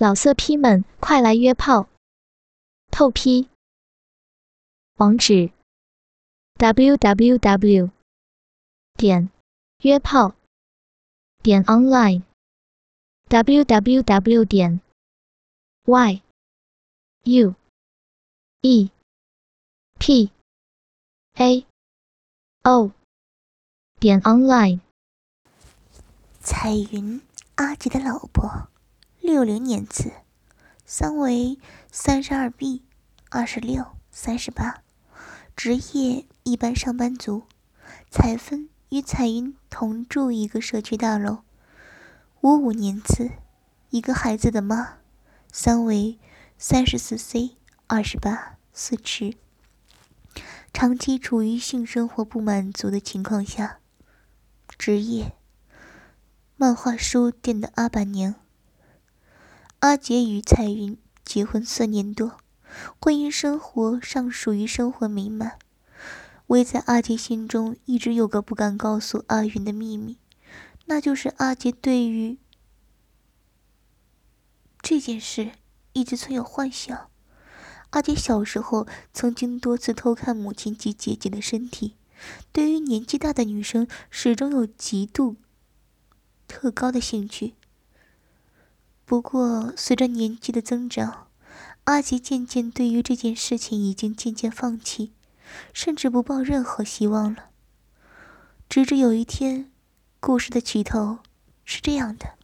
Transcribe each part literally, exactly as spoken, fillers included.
老色批们，快来约炮！透批。网址 ：double-u double-u double 点约炮点 online。double-u double-u double 点 y u e p a o 点 online。 彩云，阿杰的老婆，六零年次，桑为三十二 B， 二十六、三十八，职业一般上班族。彩芬与彩云同住一个社区大楼。五五年次，一个孩子的妈，桑为三十四 C， 二十八，四持。长期处于性生活不满足的情况下，职业漫画书店的阿板娘。阿杰与彩云结婚四年多，婚姻生活尚属于生活美满。唯在阿杰心中一直有个不敢告诉阿云的秘密，那就是阿杰对于这件事一直存有幻想。阿杰小时候曾经多次偷看母亲及姐姐的身体，对于年纪大的女生始终有极度特高的兴趣。不过随着年纪的增长，阿杰渐渐对于这件事情已经渐渐放弃，甚至不抱任何希望了。直至有一天，故事的起头是这样的：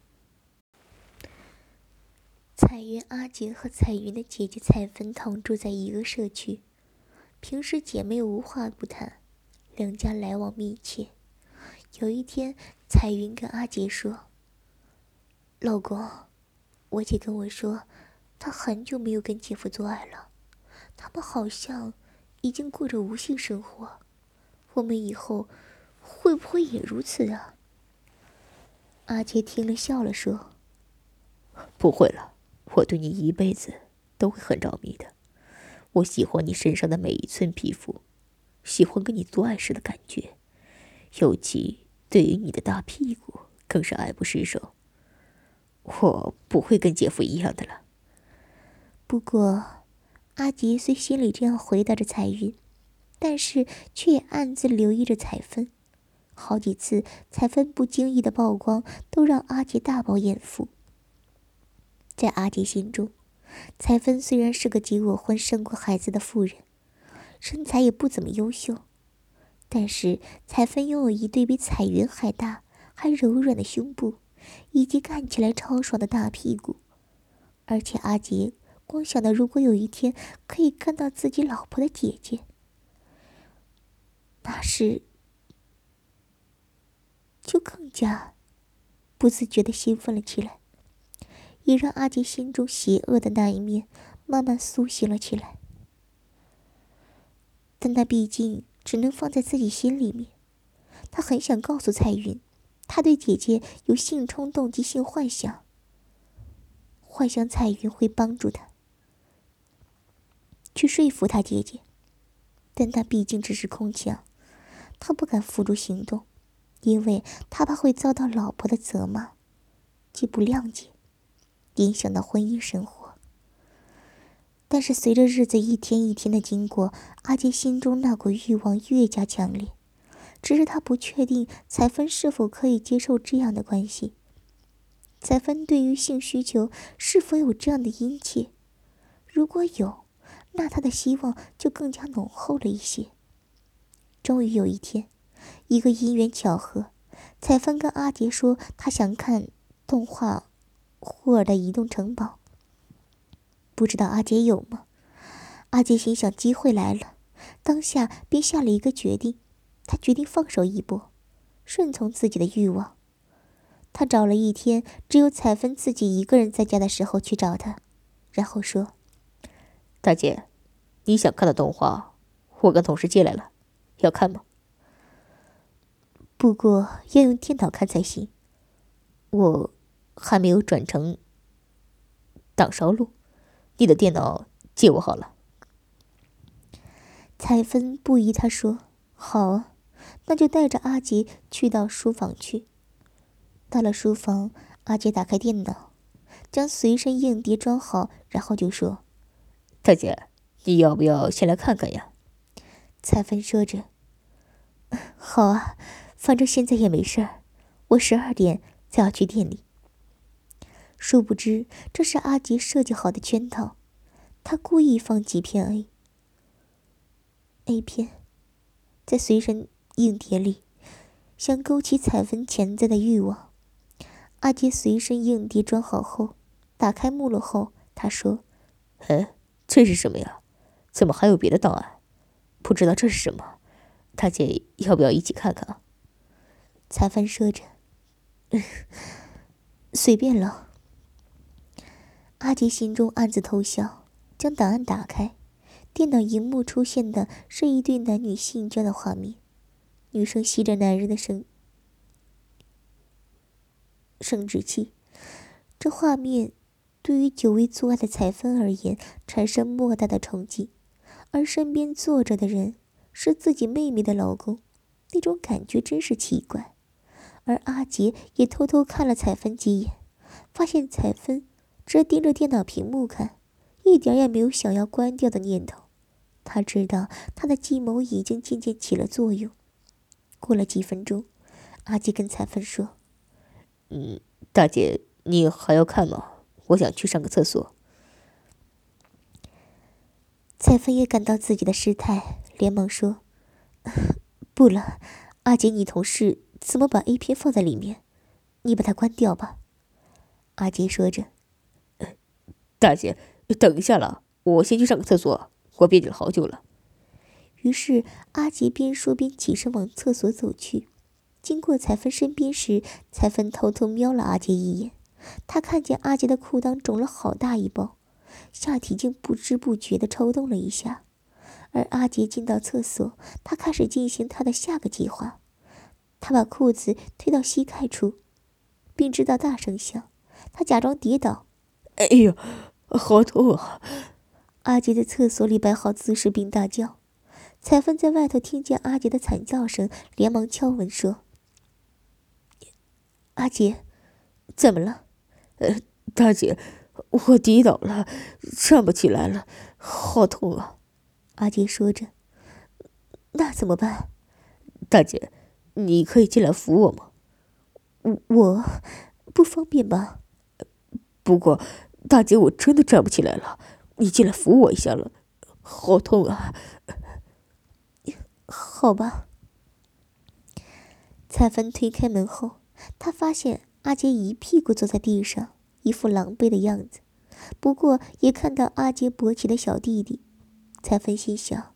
彩云阿杰和彩云的姐姐彩芬同住在一个社区，平时姐妹无话不谈，两家来往密切。有一天，彩云跟阿杰说：“老公，我姐跟我说，她很久没有跟姐夫做爱了，他们好像已经过着无性生活，我们以后会不会也如此啊？”阿杰听了笑了说：“ 不会了，我对你一辈子都会很着迷的。我喜欢你身上的每一寸皮肤，喜欢跟你做爱时的感觉，尤其对于你的大屁股更是爱不释手。我不会跟姐夫一样的了。” 不过阿杰虽心里这样回答着彩云，但是却也暗自留意着彩芬。好几次彩芬不经意的曝光都让阿杰大饱眼福。在阿杰心中，彩芬虽然是个结过婚生过孩子的妇人，身材也不怎么优秀，但是彩芬拥有一对比彩云还大还柔软的胸部，以及看起来超爽的大屁股。而且阿杰光想到如果有一天可以看到自己老婆的姐姐，那时就更加不自觉地兴奋了起来，也让阿杰心中邪恶的那一面慢慢苏醒了起来。但那毕竟只能放在自己心里面，他很想告诉彩云，他对姐姐有性冲动及性幻想，幻想彩云会帮助他去说服他姐姐，但那毕竟只是空想，他不敢付诸行动，因为他怕会遭到老婆的责骂及不谅解，影响到婚姻生活。但是随着日子一天一天的经过，阿杰心中那股欲望越加强烈，只是他不确定彩芬是否可以接受这样的关系。彩芬对于性需求是否有这样的殷切？如果有，那他的希望就更加浓厚了一些。终于有一天，一个因缘巧合，彩芬跟阿杰说他想看动画《霍尔的移动城堡》，不知道阿杰有吗？阿杰心想机会来了，当下便下了一个决定，他决定放手一搏，顺从自己的欲望。他找了一天只有彩芬自己一个人在家的时候去找他，然后说：“ 大姐，你想看的动画我跟同事借来了，要看吗？ 不过要用电脑看才行， 我还没有转成档烧录，你的电脑借我好了。” 彩芬不疑他说：“好啊，那就带着阿杰去到书房去。”到了书房，阿杰打开电脑， 将随身硬碟装好，然后就说：“ 大姐，你要不要先来看看呀？” 彩芬说着：“好啊，反正现在也没事儿，我十二点才要去店里。”殊不知这是阿杰设计好的圈套，他故意放几片 A A 片在随身硬碟里，想勾起彩芬潜在的欲望。阿杰随身硬碟装好后，打开目录后，他说：“ 哎，这是什么呀？怎么还有别的档案？不知道这是什么？大姐要不要一起看看啊？” 彩芬说着：“随便了。”阿杰心中暗自偷笑，将档案打开，电脑荧幕出现的是一对男女性交的画面，女生吸着男人的生生殖器。这画面对于久未做爱的彩芬而言产生莫大的冲击，而身边坐着的人是自己妹妹的老公，那种感觉真是奇怪。而阿杰也偷偷看了彩芬几眼，发现彩芬只盯着电脑屏幕看，一点也没有想要关掉的念头。他知道他的计谋已经渐渐起了作用。过了几分钟，阿杰跟彩芬说：“ 嗯，大姐，你还要看吗？我想去上个厕所。” 彩芬也感到自己的失态，连忙说：“不了，阿杰，你同事怎么把 A 片放在里面？你把它关掉吧。”阿杰说着：“ 大姐，等一下了，我先去上个厕所，我憋屈了好久了。” 于是阿杰边说边起身往厕所走去。经过彩芬身边时，彩芬偷偷瞄了阿杰一眼，他看见阿杰的裤裆肿了好大一包，下体竟不知不觉地抽动了一下。而阿杰进到厕所，他开始进行他的下个计划。他把裤子推到膝盖处，并知道大声响，他假装跌倒。 “哎呦，好痛啊！” 阿杰在厕所里摆好姿势并大叫。彩芬在外头听见阿杰的惨叫声，连忙敲门说：“阿杰，怎么了？”“ 呃，大姐，我跌倒了，站不起来了，好痛啊！” 阿杰说着。“那怎么办？”“ 大姐，你可以进来扶我吗？”“ 我我不方便吧？”“ 不过，大姐，我真的站不起来了，你进来扶我一下了，好痛啊！”“ 好吧。”彩芬推开门后，她发现阿杰一屁股坐在地上，一副狼狈的样子。不过也看到阿杰勃起的小弟弟，彩芬心想：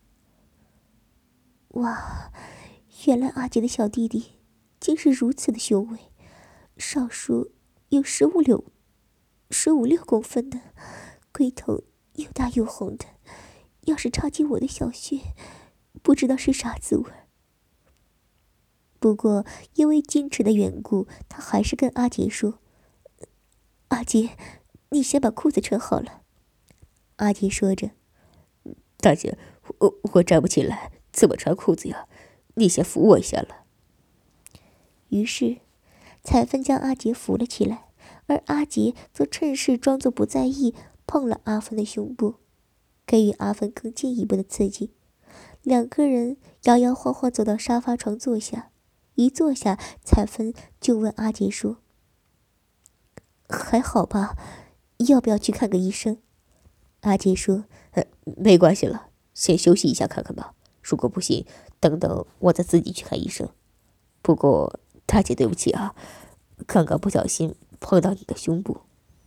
哇，原来阿杰的小弟弟竟是如此的雄伟，少说有十五六、十五六公分的，龟头又大又红的，要是插进我的小穴，不知道是啥滋味。不过因为矜持的缘故，他还是跟阿杰说：“阿杰，你先把裤子穿好了。”阿杰说着：“ 大姐，我我站不起来，怎么穿裤子呀？你先扶我一下了。” 于是彩芬将阿杰扶了起来，而阿杰则趁势装作不在意，碰了阿芬的胸部，给予阿芬更进一步的刺激。两个人摇摇晃晃走到沙发床坐下，一坐下，彩芬就问阿杰说：“还好吧？要不要去看个医生？”阿杰说：“ 呃，没关系了，先休息一下看看吧。如果不行，等等我再自己去看医生。不过大姐，对不起啊，刚刚不小心碰到你的胸部。”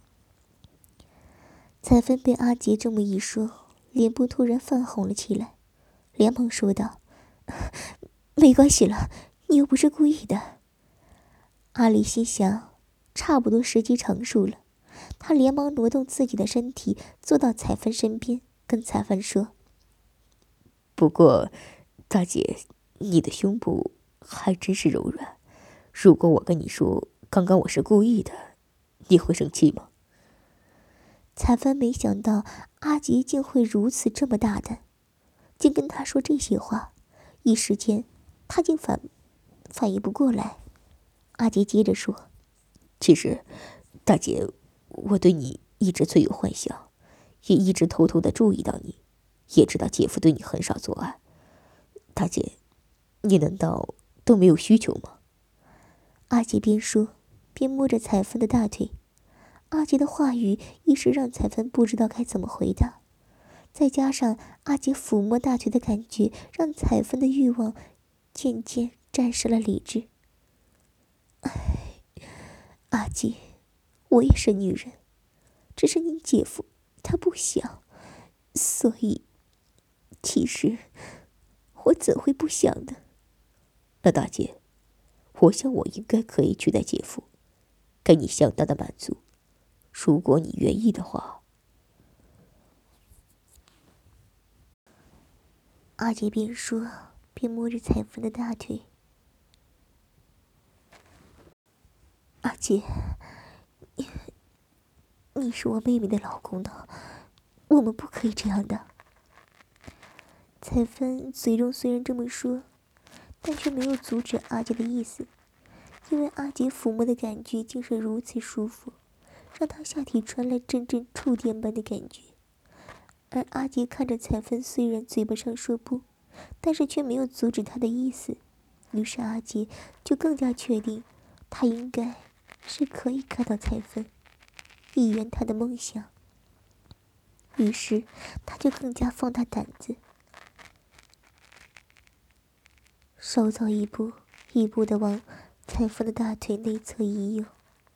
彩芬被阿杰这么一说，脸部突然泛红了起来，连忙说道：“没关系了，你又不是故意的。”阿里心想，差不多时机成熟了，他连忙挪动自己的身体，坐到彩芬身边，跟彩芬说：“ 不过，大姐，你的胸部还真是柔软。如果我跟你说刚刚我是故意的，你会生气吗？” 彩芬没想到阿杰竟会如此这么大胆，竟跟他说这些话，一时间他竟反反应不过来。阿杰接着说：“ 其实，大姐， 我对你一直存有幻想，也一直偷偷的注意到你，也知道姐夫对你很少做爱。大姐，你难道都没有需求吗？ 阿杰边说边摸着彩芬的大腿。阿杰的话语一时让彩芬不知道该怎么回答，再加上阿杰抚摸大腿的感觉，让彩芬的欲望渐渐战胜了理智。唉，阿杰，我也是女人，只是您姐夫他不想，所以其实我怎会不想的？ 那大姐，我想我应该可以取代姐夫，给你相当的满足。如果你愿意的话。 阿杰边说边摸着彩芬的大腿。阿杰，你你是我妹妹的老公呢，我们不可以这样的。彩芬嘴中虽然这么说，但却没有阻止阿杰的意思，因为阿杰抚摸的感觉竟是如此舒服，让他下体传来阵阵触电般的感觉。而阿杰看着彩芬，虽然嘴巴上说不，但是却没有阻止他的意思，于是阿杰就更加确定，他应该是可以看到彩芬，一圆他的梦想。于是他就更加放大胆子，稍早一步一步地往彩芬的大腿内侧移游。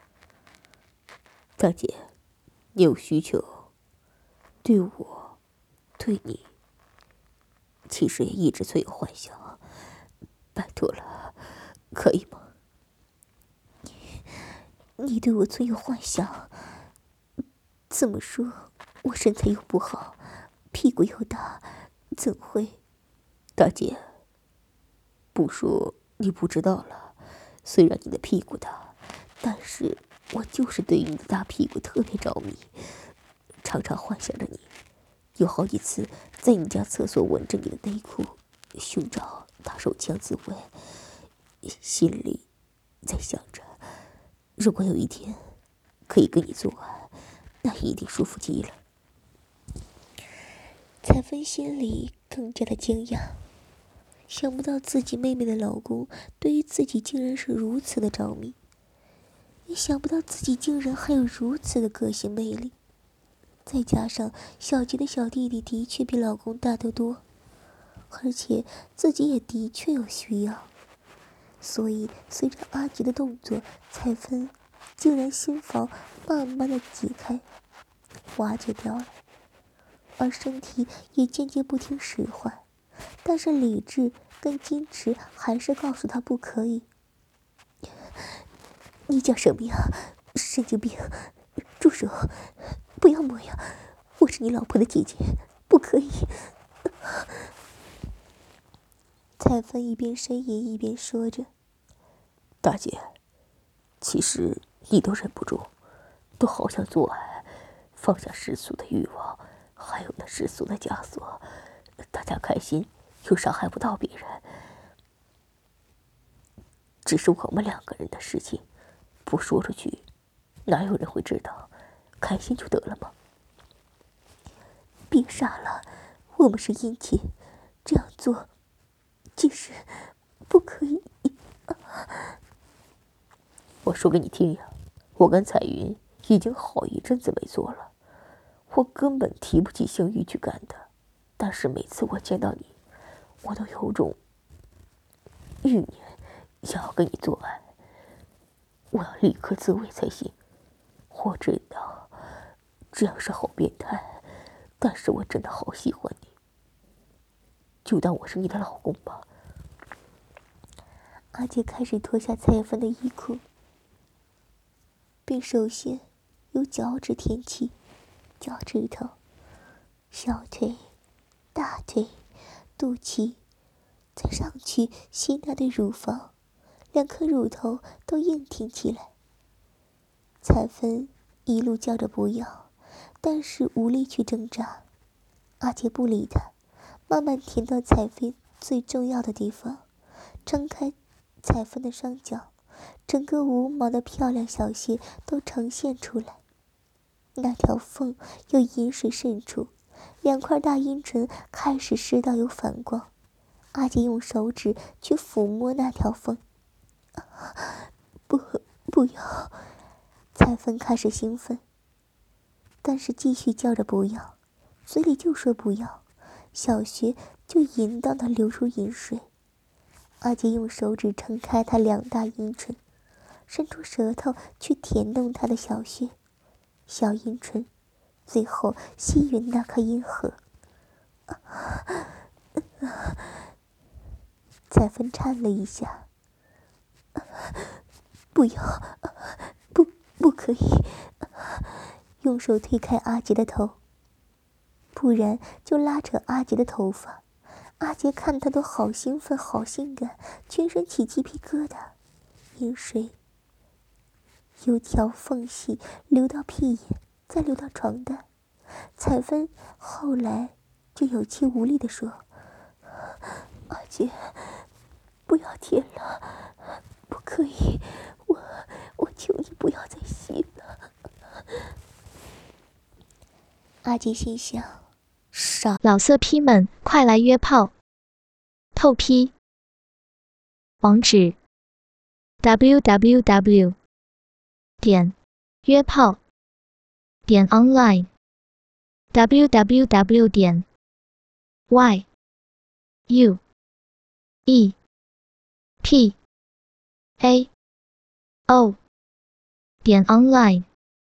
大姐，你有需求，对我，对你，其实也一直存有幻想，拜托了，可以吗？ 你你对我存有幻想？怎么说？我身材又不好，屁股又大，怎会？ 大姐，不说你不知道了，虽然你的屁股大，但是我就是对于你的大屁股特别着迷，常常幻想着你，有好几次在你家厕所闻着你的内裤，胸罩打手枪自慰，心里在想着，如果有一天可以跟你做爱，那一定舒服极了。 彩芬心里更加的惊讶，想不到自己妹妹的老公对于自己竟然是如此的着迷，也想不到自己竟然还有如此的个性魅力。再加上小杰的小弟弟的确比老公大得多，而且自己也的确有需要，所以随着阿杰的动作，彩芬竟然心房慢慢的解开，瓦解掉了，而身体也渐渐不听使唤，但是理智跟矜持还是告诉他不可以。你讲什么呀？神经病！住手！不要摸呀！我是你老婆的姐姐，不可以！彩芬一边呻吟一边说着：“ 大姐，其实你都忍不住，都好想做爱，放下世俗的欲望，还有那世俗的枷锁，大家开心又伤害不到别人，只是我们两个人的事情，不说出去，哪有人会知道？开心就得了吗？” 别傻了，我们是姻亲，这样做其实不可以。 我说给你听呀，我跟彩云已经好一阵子没做了，我根本提不起性欲去干的，但是每次我见到你，我都有种欲念，想要跟你做爱，我要立刻自慰才行。我知道这样是好变态，但是我真的好喜欢你，就当我是你的老公吧。 阿杰开始脱下彩芬的衣裤，并首先由脚趾舔起，脚趾头、小腿、大腿、肚脐，再上去吸纳的乳房，两颗乳头都硬挺起来。彩芬一路叫着不要，但是无力去挣扎。阿杰不理他，慢慢舔到彩芬最重要的地方，撑开彩芬的双脚，整个无毛的漂亮小穴都呈现出来。 那条缝有阴水渗出，两块大阴唇开始湿到有反光。阿杰用手指去抚摸那条缝，不，不要！彩芬开始兴奋，但是继续叫着不要，嘴里就说不要，小穴就淫荡的流出淫水。阿杰用手指撑开他两大阴唇，伸出舌头去舔动他的小穴、小阴唇，最后吸吮那颗阴核。彩芬颤了一下，不要，不，不可以！用手推开阿杰的头，不然就拉扯阿杰的头发。阿杰看他都好兴奋，好性感，全身起鸡皮疙瘩。阴水由条缝隙流到屁眼，再流到床单。彩芬后来就有气无力地说：“阿杰，不要舔了，不可以，我我求你不要再吸了。”阿杰心想：傻老色批们，快来约炮！透批。网址 ：w w w 点约炮点 online w w w 点 y u e p a o 点 online。